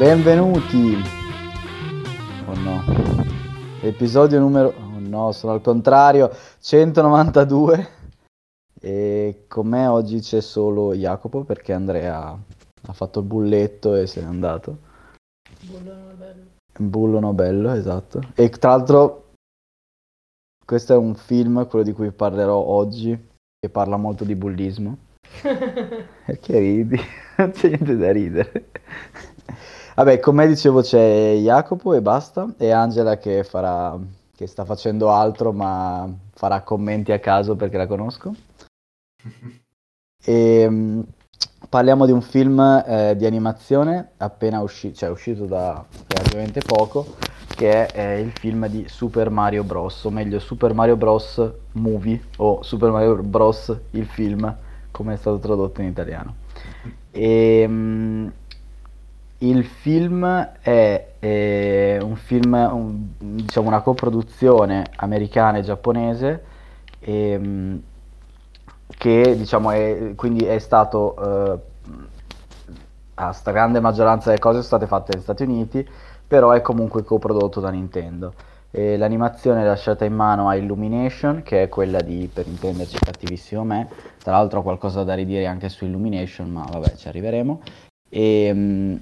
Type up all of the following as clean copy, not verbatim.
Benvenuti. Oh no. Episodio numero... Oh no, sono al contrario. 192. E con me oggi c'è solo Jacopo perché Andrea ha fatto il bulletto e se n'è andato. Bullo Nobello. Bullo Nobello, esatto. E tra l'altro questo è un film, quello di cui parlerò oggi, che parla molto di bullismo. Perché ridi? Non c'è niente da ridere. Vabbè, come dicevo c'è Jacopo e basta, e Angela che sta facendo altro ma farà commenti a caso perché la conosco. E parliamo di un film di animazione appena uscito, cioè è uscito da relativamente poco, che è il film di Super Mario Bros, o meglio Super Mario Bros Movie o Super Mario Bros il film, come è stato tradotto in italiano. E, il film è un film, diciamo una coproduzione americana e giapponese, ehm, che diciamo quindi è stato, a stragrande maggioranza delle cose sono state fatte negli Stati Uniti, però è comunque coprodotto da Nintendo. E l'animazione è lasciata in mano a Illumination, che è quella di, per intenderci, Cattivissimo Me. Tra l'altro ho qualcosa da ridire anche su Illumination, ma vabbè, ci arriveremo. E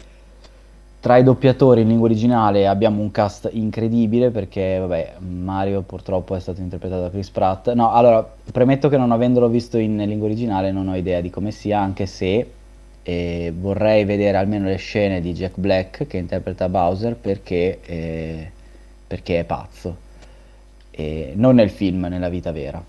tra i doppiatori in lingua originale abbiamo un cast incredibile perché, vabbè, Mario purtroppo è stato interpretato da Chris Pratt. No, allora, premetto che non avendolo visto in lingua originale non ho idea di come sia, anche se vorrei vedere almeno le scene di Jack Black che interpreta Bowser perché è pazzo. Non nel film, nella vita vera.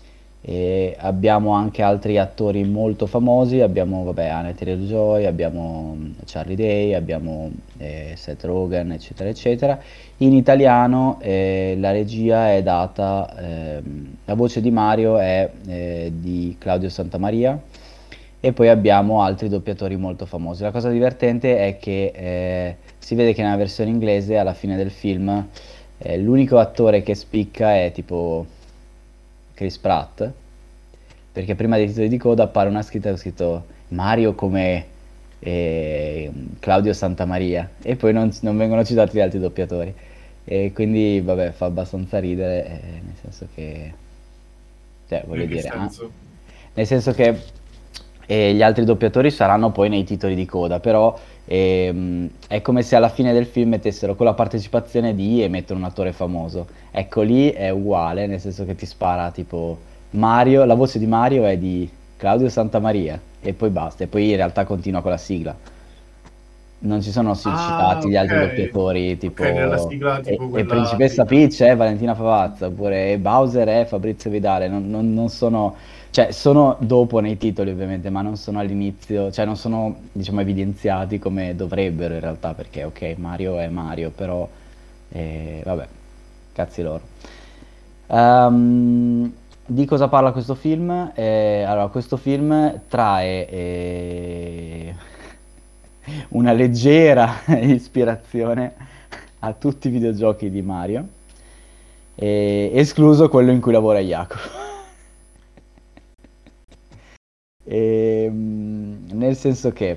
E abbiamo anche altri attori molto famosi, abbiamo vabbè, Anya Taylor-Joy, abbiamo Charlie Day, abbiamo Seth Rogen, eccetera, eccetera. In italiano la regia è data, la voce di Mario è di Claudio Santamaria e poi abbiamo altri doppiatori molto famosi. La cosa divertente è che si vede che nella versione inglese, alla fine del film, l'unico attore che spicca è tipo Chris Pratt, perché prima dei titoli di coda appare una scritta con scritto Mario come Claudio Santamaria e poi non vengono citati gli altri doppiatori. E quindi vabbè, fa abbastanza ridere, nel senso che, cioè voglio In che dire, senso? nel senso che gli altri doppiatori saranno poi nei titoli di coda, però è come se alla fine del film mettessero con la partecipazione di e mettono un attore famoso. Ecco, lì è uguale, nel senso che ti spara tipo Mario, la voce di Mario è di Claudio Santamaria e poi basta, e poi in realtà continua con la sigla. Non ci sono Ah, citati gli altri ok. doppiatori, Ok, nella tipo sigla tipo e quella Principessa fake. Peach è Valentina Favazza, oppure Bowser è Fabrizio Vidale, non sono, cioè sono dopo nei titoli ovviamente, ma non sono all'inizio, cioè non sono diciamo evidenziati come dovrebbero in realtà, perché ok, Mario è Mario, però vabbè, cazzi loro. Di cosa parla questo film? Allora, questo film trae una leggera ispirazione a tutti i videogiochi di Mario, escluso quello in cui lavora Jacopo. Nel senso che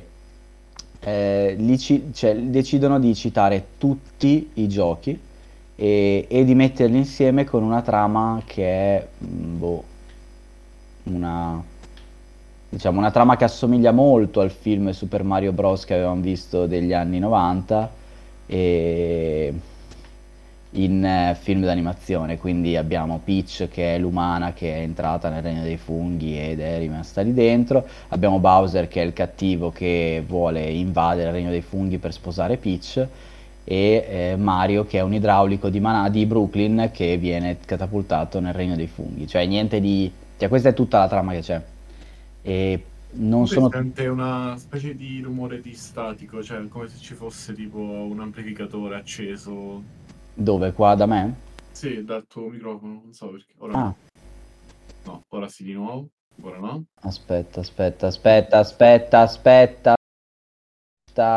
cioè, decidono di citare tutti i giochi e di metterli insieme con una trama che è boh, una, diciamo, una trama che assomiglia molto al film Super Mario Bros. Che avevamo visto degli anni 90 e in film d'animazione, quindi abbiamo Peach che è l'umana che è entrata nel regno dei funghi ed è rimasta lì dentro, abbiamo Bowser che è il cattivo che vuole invadere il regno dei funghi per sposare Peach e Mario che è un idraulico di Brooklyn che viene catapultato nel regno dei funghi, cioè niente di... cioè questa è tutta la trama che c'è e non Comunque si sono... sente una specie di rumore di statico, cioè come se ci fosse tipo un amplificatore acceso. Dove? Qua da me? Sì, dal tuo microfono, non so perché. Ora Ah, no. No, ora sì di nuovo. Ora no. aspetta.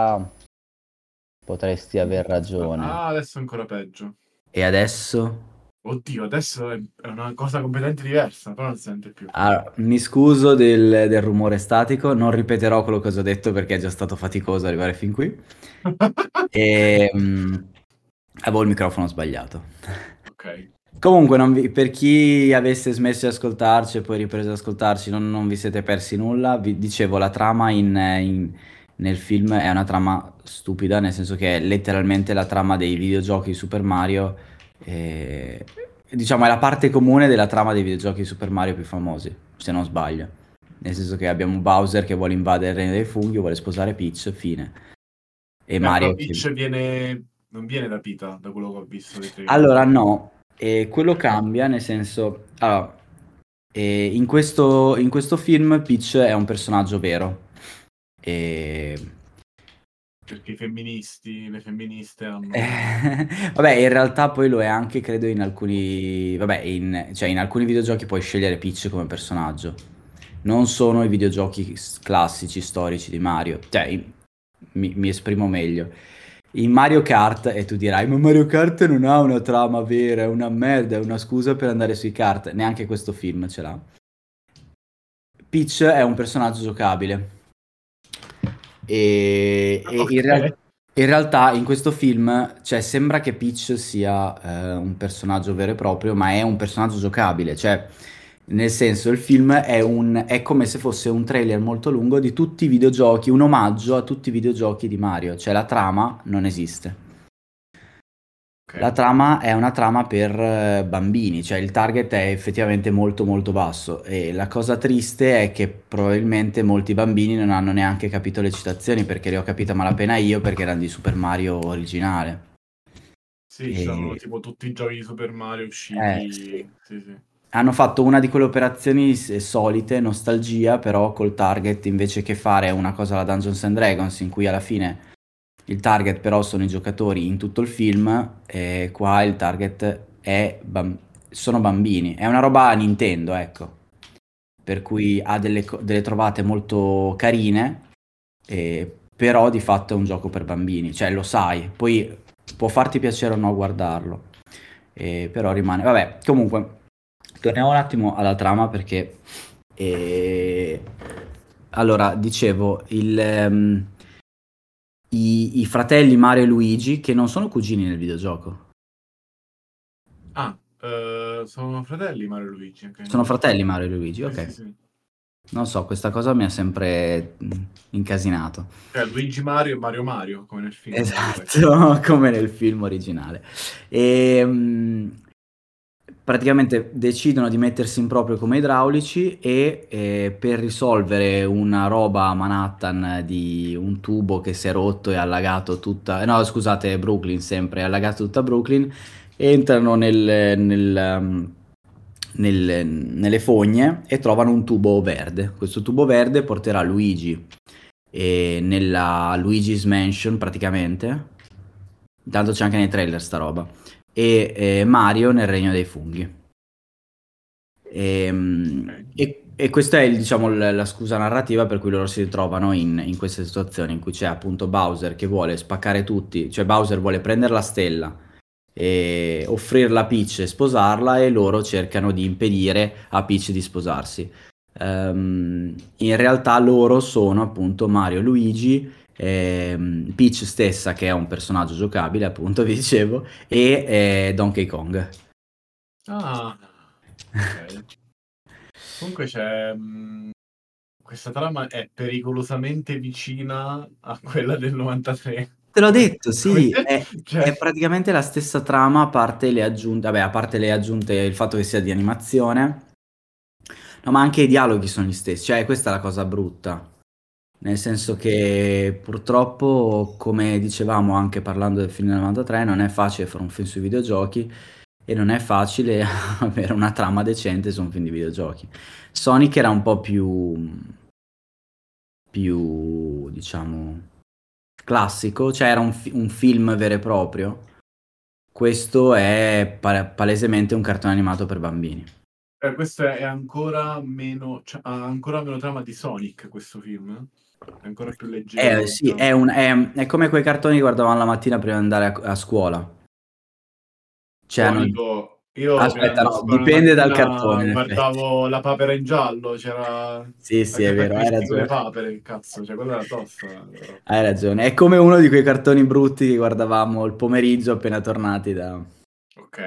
Potresti aver ragione. Ah, adesso è ancora peggio. E adesso? Oddio, adesso è una cosa completamente diversa, però non si sente più. Allora, mi scuso del rumore statico, non ripeterò quello che ho detto perché è già stato faticoso arrivare fin qui. E, avevo il microfono sbagliato. Ok. Comunque, per chi avesse smesso di ascoltarci e poi ripreso ad ascoltarci, non vi siete persi nulla. Vi dicevo, la trama nel film è una trama stupida, nel senso che è letteralmente la trama dei videogiochi di Super Mario. E, diciamo, è la parte comune della trama dei videogiochi di Super Mario più famosi, se non sbaglio. Nel senso che abbiamo Bowser che vuole invadere il regno dei funghi, vuole sposare Peach, fine. E Però Mario che... Peach non viene rapita, da quello che ho visto dei trailer. Allora no, e quello cambia, nel senso... Allora, in questo film Peach è un personaggio vero. E... Perché i femministi, le femministe hanno... Vabbè, in realtà poi lo è anche, credo, in alcuni... Vabbè, cioè in alcuni videogiochi puoi scegliere Peach come personaggio. Non sono i videogiochi classici, storici di Mario. Cioè, mi esprimo meglio. In Mario Kart, e tu dirai, ma Mario Kart non ha una trama vera, è una merda, è una scusa per andare sui kart. Neanche questo film ce l'ha. Peach è un personaggio giocabile. E Ok. in realtà in questo film, cioè, sembra che Peach sia un personaggio vero e proprio, ma è un personaggio giocabile. Cioè, nel senso, il film è come se fosse un trailer molto lungo di tutti i videogiochi, un omaggio a tutti i videogiochi di Mario. Cioè, la trama non esiste. La Ok. trama è una trama per bambini, cioè il target è effettivamente molto molto basso e la cosa triste è che probabilmente molti bambini non hanno neanche capito le citazioni perché le ho capite a malapena io perché erano di Super Mario originale. Sì, c'erano E, tipo tutti i giochi di Super Mario usciti. sì. Sì, sì. Hanno fatto una di quelle operazioni solite, nostalgia, però col target invece che fare una cosa alla Dungeons and Dragons in cui alla fine il target però sono i giocatori in tutto il film, e qua il target sono bambini. È una roba Nintendo, ecco. Per cui ha delle trovate molto carine, però di fatto è un gioco per bambini. Cioè, lo sai, poi può farti piacere o no guardarlo. Però rimane... Vabbè, comunque, torniamo un attimo alla trama perché... eh, Allora, dicevo, i fratelli Mario e Luigi, che non sono cugini nel videogioco. Ah, sono fratelli Mario e Luigi, ok, Sono non lo fratelli sapevo. Mario e Luigi, Sì, ok. sì, sì. Non so, questa cosa mi ha sempre incasinato. Cioè, Luigi Mario e Mario Mario, come nel film Mario vecchio. Esatto, come nel film originale. E praticamente decidono di mettersi in proprio come idraulici e per risolvere una roba a Manhattan di un tubo che si è rotto e ha allagato tutta, no, scusate, Brooklyn sempre, ha allagato tutta Brooklyn, entrano nelle fogne e trovano un tubo verde. Questo tubo verde porterà Luigi nella Luigi's Mansion praticamente. Intanto c'è anche nei trailer sta roba. E Mario nel Regno dei Funghi. Ok. E questa è, diciamo, la scusa narrativa per cui loro si ritrovano in queste situazioni in cui c'è appunto Bowser che vuole spaccare tutti, cioè Bowser vuole prendere la stella e offrirla a Peach e sposarla e loro cercano di impedire a Peach di sposarsi. In realtà loro sono appunto Mario e Luigi, Peach stessa che è un personaggio giocabile, appunto vi dicevo, e Donkey Kong. Ah, ok. Comunque c'è... questa trama è pericolosamente vicina a quella del 93. Te l'ho detto, Come- sì, Cioè, è praticamente la stessa trama, a parte le aggiunte, vabbè, a parte le aggiunte, il fatto che sia di animazione, no, ma anche i dialoghi sono gli stessi, cioè questa è la cosa brutta, nel senso che purtroppo, come dicevamo anche parlando del film del 93, non è facile fare un film sui videogiochi e non è facile avere una trama decente su un film di videogiochi. Sonic era un po' più, diciamo, classico, cioè era un film vero e proprio. Questo è palesemente un cartone animato per bambini. questo è ancora meno... cioè, ha ancora meno trama di Sonic, questo film. È ancora più leggero, Sì, diciamo. è come quei cartoni che guardavamo la mattina prima di andare a scuola. Cioè, Boh, Nico, Io prima di Aspetta, andare a no, scuola la dipende dal mattina cartone, in effetti. guardavo La papera in giallo, c'era Sì, la sì, è Agatha vero, hai Christie con le ragione. papere, che cazzo, cioè quella era tosta. Però. Hai ragione. È come uno di quei cartoni brutti che guardavamo il pomeriggio appena tornati da... Ok.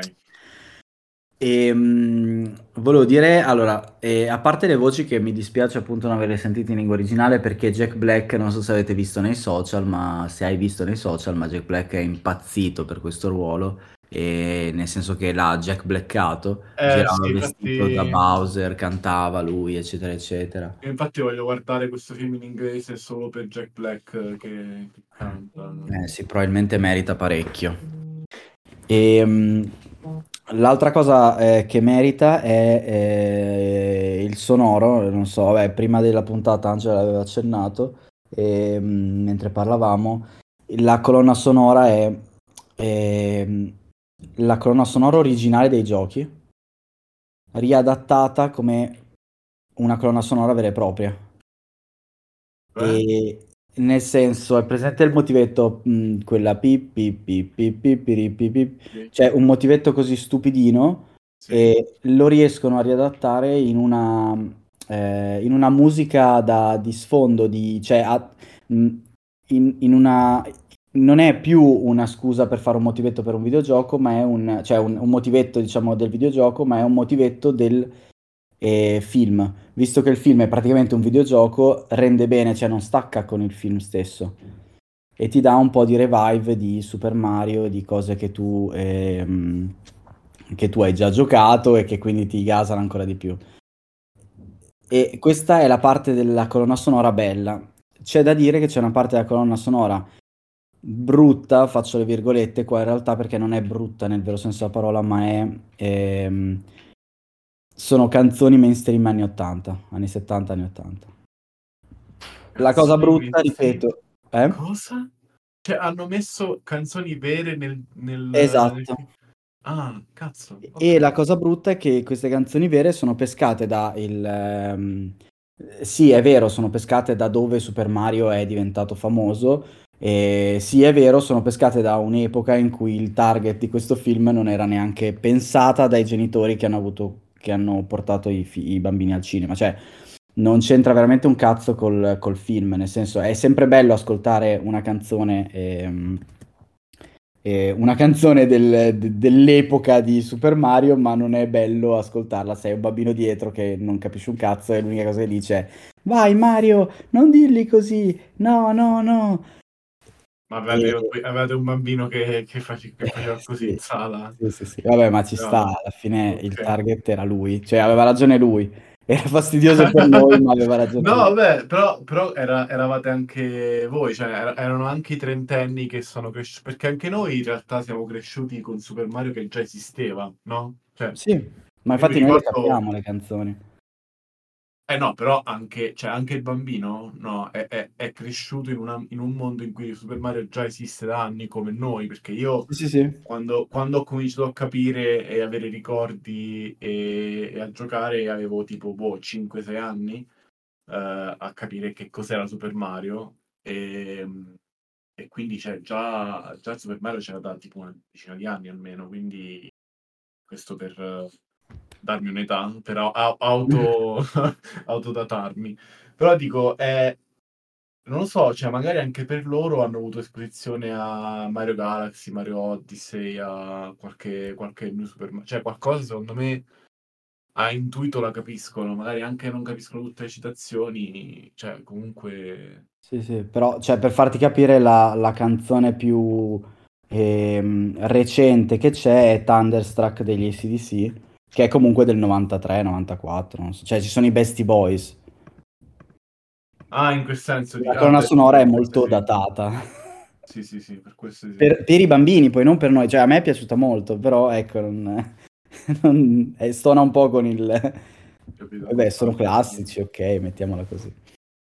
Volevo dire, allora, a parte le voci che mi dispiace appunto non averle sentite in lingua originale perché Jack Black, non so se avete visto nei social, ma se hai visto nei social, ma Jack Black è impazzito per questo ruolo, e nel senso che l'ha Jack Blackato, girava Sì, vestito da infatti, Bowser, cantava lui, eccetera, eccetera. infatti voglio guardare questo film in inglese solo per Jack Black che canta. Sì, probabilmente merita parecchio. E, l'altra cosa che merita è il sonoro, non so, vabbè, prima della puntata Angela aveva accennato, mentre parlavamo, la colonna sonora è ehm, la colonna sonora originale dei giochi, riadattata come una colonna sonora vera e propria. Beh? E nel senso, è presente il motivetto, quella pip pip pip pip pip pip pip pip, Sì. cioè un motivetto così stupidino Sì. e lo riescono a riadattare in una musica di sfondo, cioè mh, in una... Non è più una scusa per fare un motivetto per un videogioco, ma è cioè un motivetto, diciamo, del videogioco, ma è un motivetto del film. Visto che il film è praticamente un videogioco, rende bene, cioè non stacca con il film stesso. E ti dà un po' di revive di Super Mario, di cose che tu hai già giocato e che quindi ti gasano ancora di più. E questa è la parte della colonna sonora bella. C'è da dire che c'è una parte della colonna sonora brutta, faccio le virgolette qua in realtà perché non è brutta nel vero senso della parola, ma sono canzoni mainstream anni 80, anni 70, anni 80. La cosa Canzoni brutta, mainstream? ripeto, eh? Cosa? Cioè, hanno messo canzoni vere nel Esatto. film? Ah, cazzo, E la ok. cosa brutta è che queste canzoni vere sono pescate sì, è vero, sono pescate da dove Super Mario è diventato famoso. E sì, è vero, sono pescate da un'epoca in cui il target di questo film non era neanche pensata dai genitori che hanno portato i bambini al cinema. Cioè, non c'entra veramente un cazzo col film, nel senso è sempre bello ascoltare una canzone dell'epoca di Super Mario, ma non è bello ascoltarla. Sei un bambino dietro che non capisce un cazzo e l'unica cosa che dice è vai Mario, non dirgli così, no, no, no. Ma E, avevate un bambino che faceva così in sì, sala? sì, sì, sì. Vabbè, ma ci sta, No. alla fine il Ok. target era lui, cioè aveva ragione lui. Era fastidioso per noi, ma aveva ragione No, lui. vabbè, però eravate anche voi, cioè erano anche i trentenni che sono cresciuti, perché anche noi in realtà siamo cresciuti con Super Mario che già esisteva, no? Cioè, Sì, ma io mi infatti noi le ricordo. capiamo le canzoni. Eh no, però anche, cioè, anche il bambino no, è cresciuto in un mondo in cui Super Mario già esiste da anni come noi, perché io Sì, sì, sì. quando ho cominciato a capire e avere ricordi e a giocare avevo tipo boh, 5-6 anni a capire che cos'era Super Mario e quindi cioè, già Super Mario c'era da tipo una decina di anni almeno, quindi questo per darmi un'età, per autodatarmi. Però dico, non lo so, cioè magari anche per loro hanno avuto esposizione a Mario Galaxy, Mario Odyssey, a qualche New Super Mario, cioè qualcosa secondo me a intuito la capiscono, magari anche non capiscono tutte le citazioni, cioè comunque. Sì, sì, però cioè, per farti capire la canzone più recente che c'è è Thunderstruck degli AC/DC, che è comunque del 93-94, non so. Cioè ci sono i Beastie Boys. Ah, in quel senso La ah colonna beh, sì, sonora è per questo molto sì. datata. Sì, sì, sì, per questo sì. Per i bambini, poi non per noi. Cioè a me è piaciuta molto, però ecco, stona un po' con il... Capito, Vabbè, col sono fatto classici, ok, mettiamola così.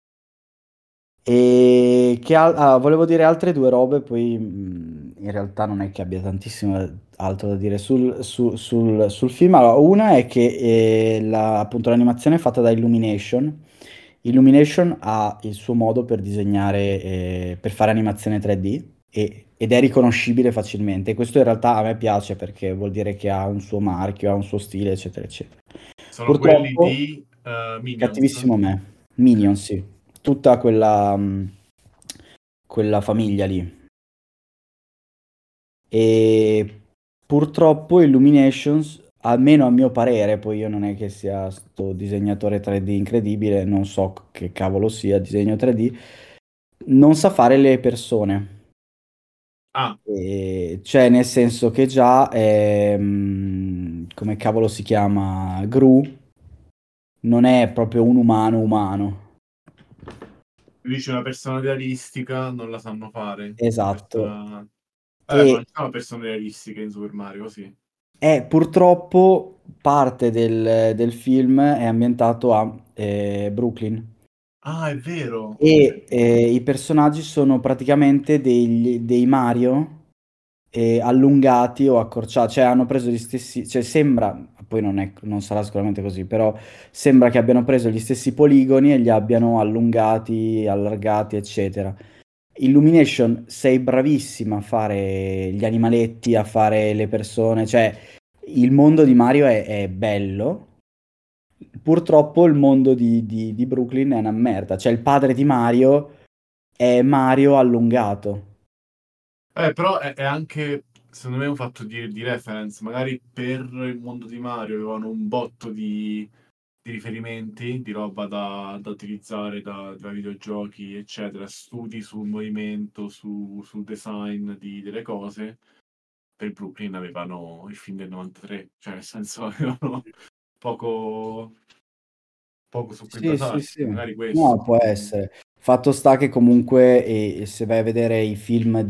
E volevo dire altre due robe, poi in realtà non è che abbia tantissimo altro da dire sul film. Allora, una è che appunto l'animazione è fatta da Illumination. Illumination ha il suo modo per disegnare, per fare animazione 3D e ed è riconoscibile facilmente. E questo in realtà a me piace perché vuol dire che ha un suo marchio, ha un suo stile, eccetera, eccetera. Sono quelli Purtroppo, di Minions. cattivissimo me. Ok. Minions, sì. Tutta quella famiglia lì. E purtroppo Illuminations, almeno a mio parere, poi io non è che sia sto disegnatore 3D incredibile, non so che cavolo sia disegno 3D, non sa fare le persone. Ah, Cioè, nel senso che già, come cavolo si chiama, Gru, non è proprio un umano umano. tu dici una persona realistica, non la sanno fare. Una Esatto. persona... ma non E ci sono persone realistiche in Super Mario, così. purtroppo parte del film è ambientato a Brooklyn. Ah, è vero, ok. E i personaggi sono praticamente dei Mario allungati o accorciati, cioè hanno preso gli stessi, cioè sembra, poi non sarà sicuramente così, però sembra che abbiano preso gli stessi poligoni e li abbiano allungati, allargati, eccetera. Illumination, sei bravissima a fare gli animaletti, a fare le persone, cioè il mondo di Mario è bello. Purtroppo il mondo di Brooklyn è una merda, cioè il padre di Mario è Mario allungato. Però è anche, secondo me, un fatto di reference. Magari per il mondo di Mario avevano un botto di riferimenti, di roba da utilizzare da videogiochi, eccetera, studi sul movimento, sul design delle cose. Per Brooklyn avevano il film del 93, cioè nel senso avevano poco, poco su cui Sì, sì, basarsi, sì. magari questo. No, può essere. Fatto sta che comunque, e se vai a vedere i film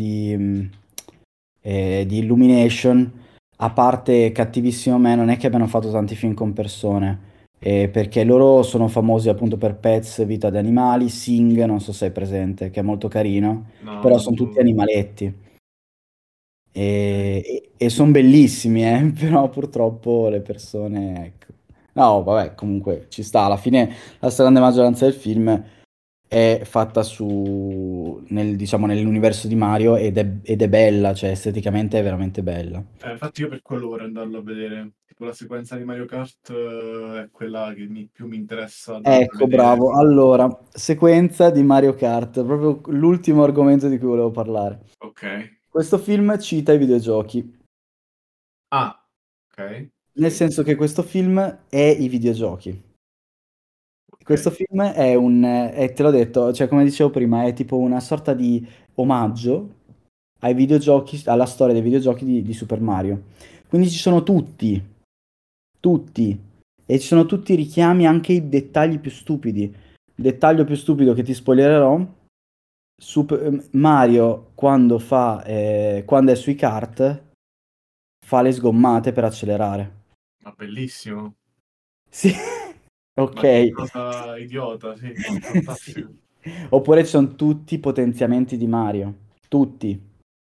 di Illumination, a parte Cattivissimo Me, non è che abbiano fatto tanti film con persone, perché loro sono famosi appunto per Pets, Vita di Animali, Sing, non so se è presente, che è molto carino, No, però non sono tutti lo... animaletti. Ok. E sono bellissimi, però purtroppo le persone, ecco. No, vabbè, comunque ci sta. Alla fine la stragrande maggioranza del film è fatta diciamo, nell'universo di Mario ed è bella, cioè esteticamente è veramente bella. Infatti io per quello vorrei andarlo a vedere. Tipo la sequenza di Mario Kart è quella che più mi interessa da Ecco, vedere. bravo. Allora, sequenza di Mario Kart, proprio l'ultimo argomento di cui volevo parlare. Ok. Questo film cita i videogiochi, Ah, ok. nel Sì, senso che questo film è i videogiochi. Questo ok. film te l'ho detto, cioè come dicevo prima, è tipo una sorta di omaggio ai videogiochi, alla storia dei videogiochi di Super Mario. Quindi ci sono tutti, e ci sono tutti i richiami, anche i dettagli più stupidi. Dettaglio più stupido che ti spoilererò, Mario quando è sui kart fa le sgommate per accelerare. Ma bellissimo. Sì, Ma che ok. cosa idiota, sì. Sì. Fantastico. Oppure ci sono tutti i potenziamenti di Mario. Tutti.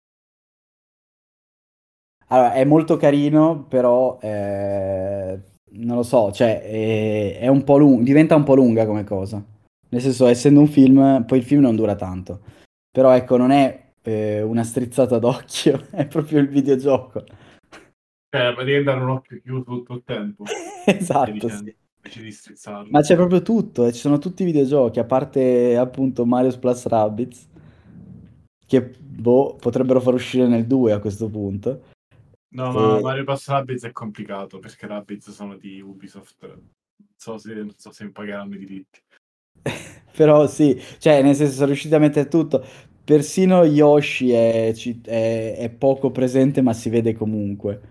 Allora, è molto carino, però non lo so, cioè è un po' diventa un po' lunga come cosa. Nel senso, essendo un film, poi il film non dura tanto. Però ecco, non è una strizzata d'occhio, è proprio il videogioco. Praticamente hanno un occhio chiuso tutto il tempo. Stai Esatto, sì. dicendo, invece di Ma strizzarlo. c'è proprio tutto, e ci sono tutti i videogiochi, a parte appunto Mario Plus Rabbids, che boh, potrebbero far uscire nel 2 a questo punto. No, ma E- Mario Plus Rabbids è complicato perché Rabbids sono di Ubisoft. Non so se mi pagheranno i diritti. Però sì, cioè nel senso sono riusciti a mettere tutto. Persino Yoshi è poco presente, ma si vede comunque.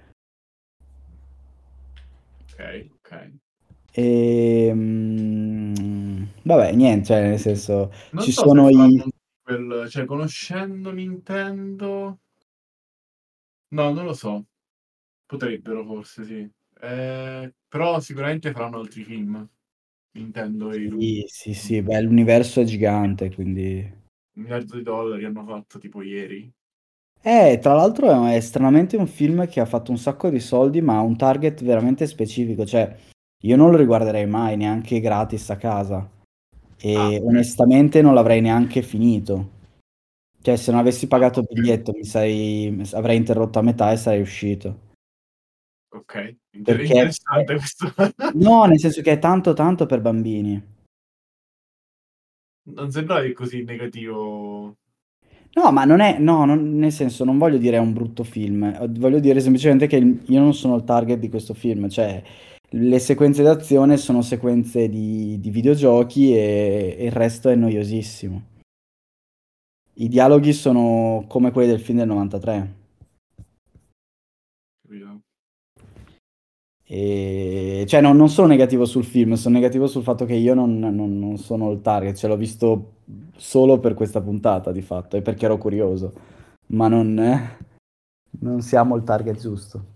Ok, ok. Vabbè, niente, cioè nel senso Non ci so se sono faranno i... un sequel, cioè conoscendo Nintendo... No, non lo so. Potrebbero forse, sì. Però sicuramente faranno altri film. Nintendo e Sì, sì, un sì, beh, l'universo è gigante, quindi... miliardo di dollari hanno fatto tipo ieri. Tra l'altro è stranamente un film che ha fatto un sacco di soldi, ma ha un target veramente specifico, cioè io non lo riguarderei mai neanche gratis a casa Ah, e ok. onestamente non l'avrei neanche finito. Cioè, se non avessi Ah, pagato il ok. biglietto, avrei interrotto a metà e sarei uscito. Ok, Perché interessante questo. no, nel senso che è tanto tanto per bambini. Non sembravi così negativo. No, ma non è, no, nel senso, non voglio dire è un brutto film, voglio dire semplicemente che io non sono il target di questo film, cioè le sequenze d'azione sono sequenze di videogiochi e il resto è noiosissimo. I dialoghi sono come quelli del film del 93. Capito? E cioè non sono negativo sul film, sono negativo sul fatto che io non sono il target, cioè l'ho visto solo per questa puntata di fatto e perché ero curioso, ma non siamo il target giusto.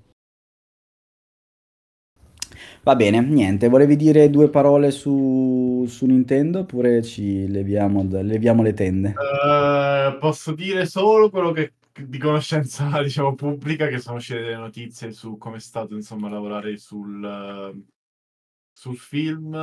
Va bene, niente, volevi dire due parole su Nintendo oppure ci leviamo le tende? Posso dire solo quello che di conoscenza, diciamo, pubblica, che sono uscite delle notizie su come è stato, insomma, lavorare sul film.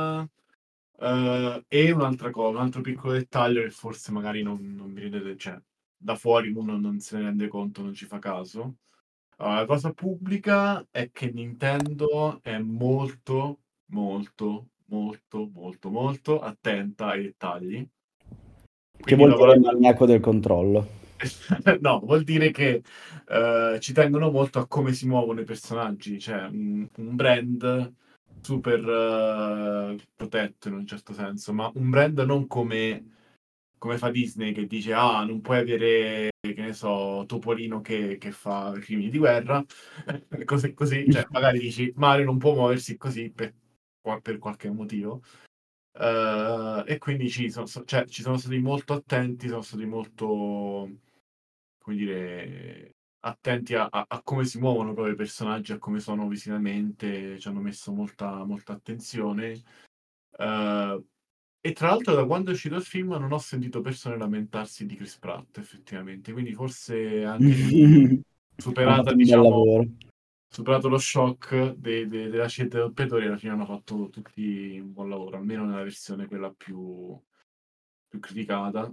E un'altra cosa, un altro piccolo dettaglio che forse magari non vi rendete, cioè, da fuori uno non se ne rende conto, non ci fa caso. La cosa pubblica è che Nintendo è molto, molto, molto, molto, molto attenta ai dettagli. Che Quindi vuol dire lavorando. maniaco del controllo. No, vuol dire che ci tengono molto a come si muovono i personaggi, cioè un brand super protetto in un certo senso, ma un brand non come fa Disney che dice ah, non puoi avere, che ne so, Topolino che fa crimini di guerra, cose così, cioè magari dici Mario non può muoversi così per qualche motivo. E quindi cioè, ci sono stati molto attenti, sono stati molto, come dire, attenti a come si muovono proprio i personaggi, a come sono visivamente, ci hanno messo molta, molta attenzione. Eh, e tra l'altro, da quando è uscito il film, non ho sentito persone lamentarsi di Chris Pratt, effettivamente. Quindi forse anche lì, Hanno superata, fatto un bel diciamo, lavoro. superato lo shock della scelta dei doppiatori, alla fine hanno fatto tutti un buon lavoro, almeno nella versione quella più criticata.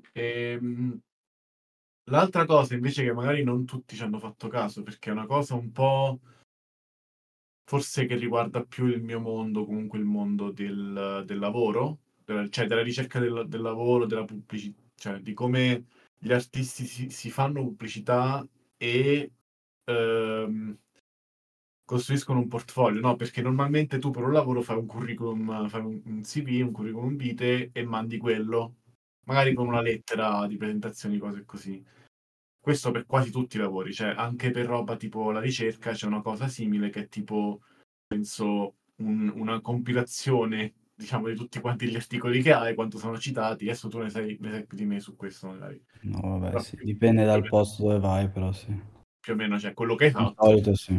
L'altra cosa invece che magari non tutti ci hanno fatto caso, perché è una cosa un po' forse che riguarda più il mio mondo, comunque il mondo del lavoro, cioè della ricerca del lavoro, della pubblicità, cioè di come gli artisti si fanno pubblicità e ehm, costruiscono un portfolio, no? Perché normalmente tu per un lavoro fai un curriculum, fai un CV, un curriculum vitae e mandi quello, magari con una lettera di presentazioni, cose così. Questo per quasi tutti i lavori, cioè anche per roba tipo la ricerca c'è una cosa simile che è tipo, penso, una compilazione, diciamo, di tutti quanti gli articoli che hai, quanto sono citati. Adesso tu ne sai più di me su questo, magari. No, vabbè, Però sì, dipende più o dal meno, posto dove vai, però sì. più o meno c'è quello che hai Di fatto. solito sì.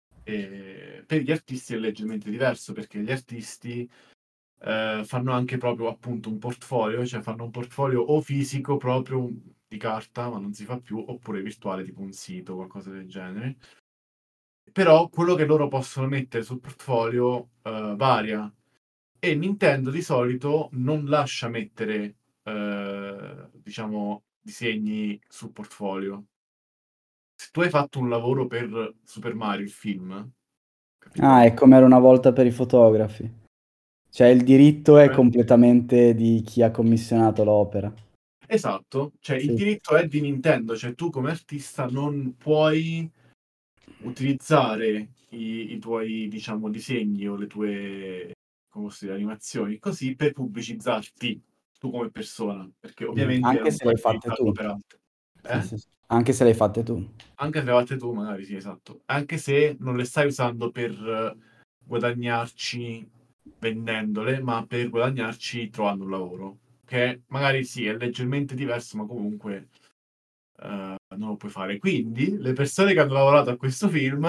E per gli artisti è leggermente diverso perché gli artisti fanno anche proprio appunto un portfolio, cioè fanno un portfolio o fisico proprio di carta, ma non si fa più, oppure virtuale, tipo un sito, qualcosa del genere. Però quello che loro possono mettere sul portfolio varia e Nintendo di solito non lascia mettere, diciamo, disegni sul portfolio. Se tu hai fatto un lavoro per Super Mario, il film, Ah, capito? è come era una volta per i fotografi. Cioè il diritto è completamente di chi ha commissionato l'opera. Esatto, cioè il Sì. diritto è di Nintendo, cioè tu come artista non puoi utilizzare i tuoi, diciamo, disegni o le tue, come posso dire, animazioni così per pubblicizzarti tu come persona, perché ovviamente Anche non se puoi le hai fatte utilizzarlo tu. per altri. Sì, Eh? sì, sì. Anche se le hai fatte tu. Anche se le fatte tu, magari sì, esatto. Anche se non le stai usando per guadagnarci vendendole, ma per guadagnarci trovando un lavoro. Che magari sì, è leggermente diverso, ma comunque non lo puoi fare. Quindi le persone che hanno lavorato a questo film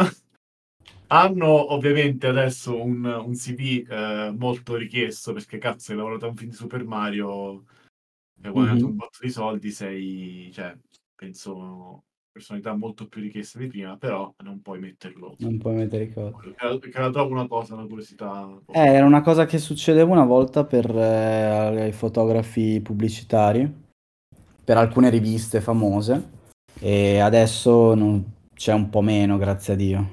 hanno ovviamente adesso un CV molto richiesto perché cazzo hai lavorato a un film di Super Mario, hai guadagnato Mhm. un botto di soldi, sei, cioè, penso, personalità molto più richiesta di prima, però non puoi metterlo. Non puoi mettere i cose. Che la trovo una cosa, una curiosità. Era una cosa che succedeva una volta per i fotografi pubblicitari, per alcune riviste famose e adesso c'è un po' meno, grazie a Dio.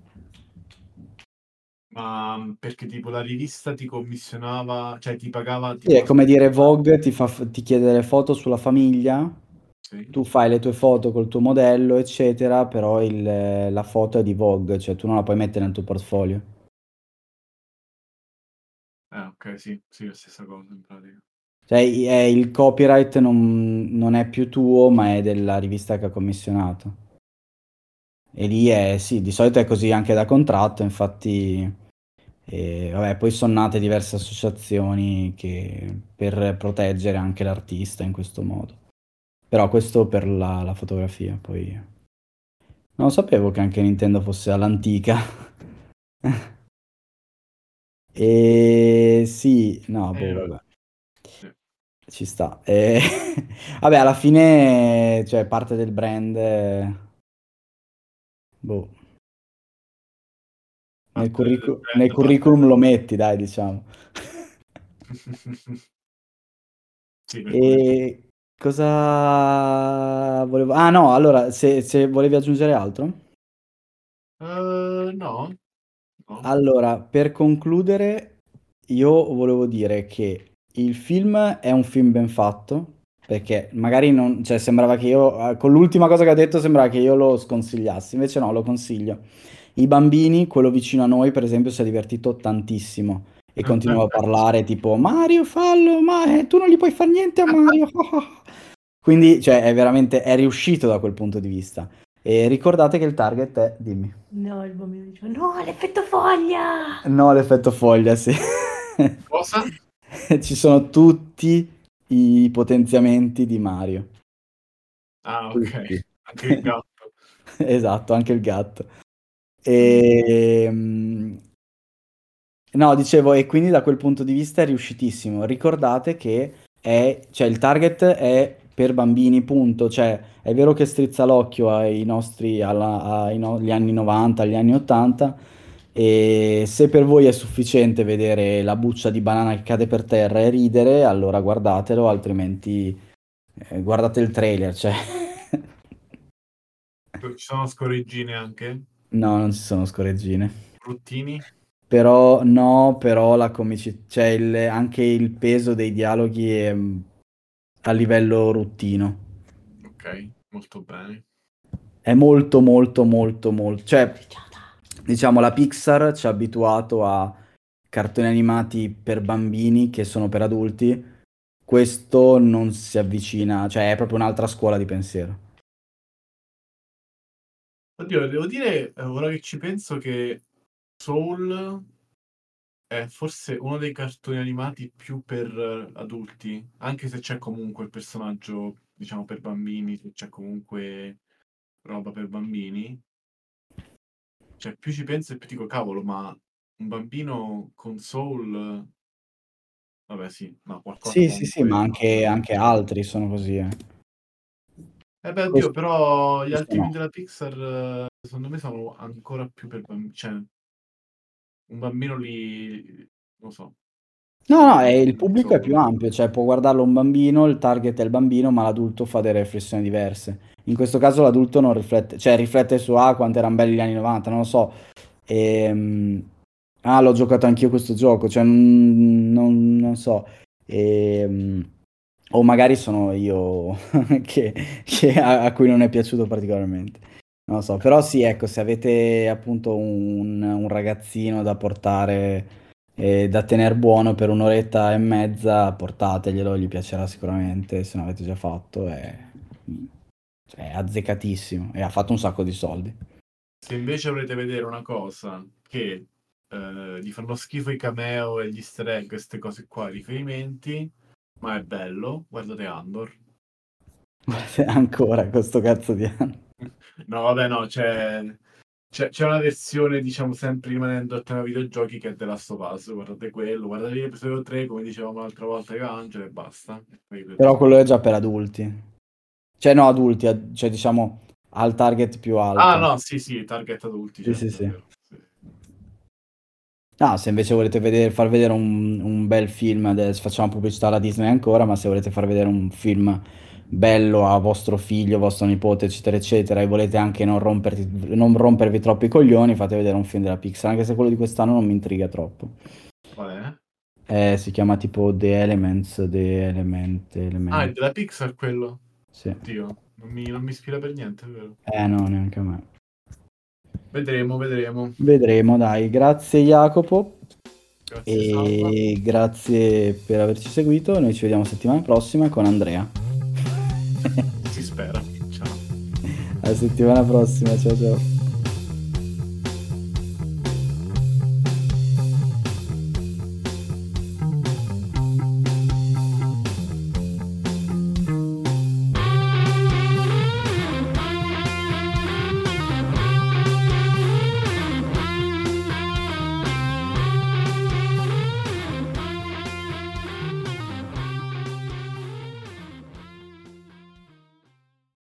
Ma perché tipo la rivista ti commissionava, cioè ti pagava Sì, tipo è una come specie dire di Vogue ti chiede le foto sulla famiglia, sì. tu fai le tue foto col tuo modello, eccetera, però la foto è di Vogue, cioè tu non la puoi mettere nel tuo portfolio. Ok, sì, sì, la stessa cosa in pratica. Cioè il copyright non è più tuo, ma è della rivista che ha commissionato. E lì sì, di solito è così anche da contratto, infatti, vabbè, poi sono nate diverse associazioni per proteggere anche l'artista in questo modo. Però questo per la fotografia, poi non sapevo che anche Nintendo fosse all'antica. E sì, no, boh, Vabbè, vabbè, sì. ci sta. Vabbè, alla fine, cioè, parte del brand, boh, Parte del nel brand, parte curriculum lo metti, dai, diciamo. sì, nel curriculum. E cosa volevo... Ah no, allora, se volevi aggiungere altro? No, no. Allora, per concludere, io volevo dire che il film è un film ben fatto, perché magari non, cioè sembrava che io, con l'ultima cosa che ha detto sembrava che io lo sconsigliassi, invece no, lo consiglio. I bambini, quello vicino a noi, per esempio, si è divertito tantissimo e continuava a parlare tipo Mario, fallo, ma tu non gli puoi fare niente a Mario. Quindi, cioè, è veramente, è riuscito da quel punto di vista. E ricordate che il target è, dimmi. No, il bambino diceva, no, l'effetto foglia! No, l'effetto foglia, sì. Cosa? Ci sono tutti i potenziamenti di Mario. Ah, ok. Tutti. Anche il gatto. Esatto, anche il gatto. E, no, dicevo, e quindi da quel punto di vista è riuscitissimo. Ricordate che cioè, il target è per bambini, punto. Cioè, è vero che strizza l'occhio ai nostri, agli anni 90, agli anni 80, e se per voi è sufficiente vedere la buccia di banana che cade per terra e ridere, allora guardatelo, altrimenti guardate il trailer, cioè. Ci sono scorreggine anche? No, non ci sono scorreggine. Bruttini? Però no, però la comicità, cioè anche il peso dei dialoghi è a livello ruttino. Ok, molto bene. È molto molto molto molto, cioè diciamo la Pixar ci ha abituato a cartoni animati per bambini che sono per adulti. Questo non si avvicina, cioè è proprio un'altra scuola di pensiero. Oddio, devo dire, ora che ci penso, che Soul è forse uno dei cartoni animati più per adulti, anche se c'è comunque il personaggio, diciamo, per bambini, se c'è comunque roba per bambini. Cioè, più ci penso e più dico, cavolo, ma un bambino con Soul, vabbè sì, no, qualcosa Sì, sì, sì, ma comunque anche altri sono così. beh, oddio, Questo, però gli questo altri film no. della Pixar, secondo me, sono ancora più per bambini. Cioè, un bambino li... non so, No, no, il li pubblico è più Soul. ampio, cioè può guardarlo un bambino, il target è il bambino, ma l'adulto fa delle riflessioni diverse. In questo caso l'adulto non riflette, cioè riflette su quanto erano belli gli anni 90, non lo so. Ehm, l'ho giocato anch'io questo gioco, cioè non so. Ehm, o magari sono io a cui non è piaciuto particolarmente. Non lo so, però sì, ecco, se avete appunto un ragazzino da portare da tenere buono per un'oretta e mezza, portateglielo, gli piacerà sicuramente, se non avete già fatto, cioè, è azzeccatissimo e ha fatto un sacco di soldi. Se invece volete vedere una cosa che gli fanno schifo i cameo e gli easter egg, queste cose qua, i riferimenti, ma è bello, guardate Andor. Ancora questo cazzo di anno. No, vabbè, no, c'è una versione, diciamo, sempre rimanendo al tema videogiochi che è The Last of Us. Guardate quello, guardate l'episodio 3, come dicevamo l'altra volta con Angelo, e basta. E poi Però quello l'episodio... è già per adulti. Cioè no, adulti, cioè diciamo al target più Ah, alto. no, sì, sì, target adulti, Sì, sì, certo, è sì. vero. Sì. No, se invece volete far vedere un bel film, adesso facciamo pubblicità alla Disney ancora, ma se volete far vedere un film bello a vostro figlio, vostro nipote, eccetera, eccetera, e volete anche non rompervi troppo i coglioni, fate vedere un film della Pixar, anche se quello di quest'anno non mi intriga troppo. Qual è? Si chiama tipo The Elements, The Element, Ah, è Element. della Pixar quello? Sì. Oddio, non mi ispira per niente, è vero. No, neanche a me. Vedremo. Vedremo, dai. Grazie Jacopo Grazie, Salva. e grazie per averci seguito. Noi ci vediamo settimana prossima con Andrea. Si spera. Ciao. Alla settimana prossima, ciao ciao.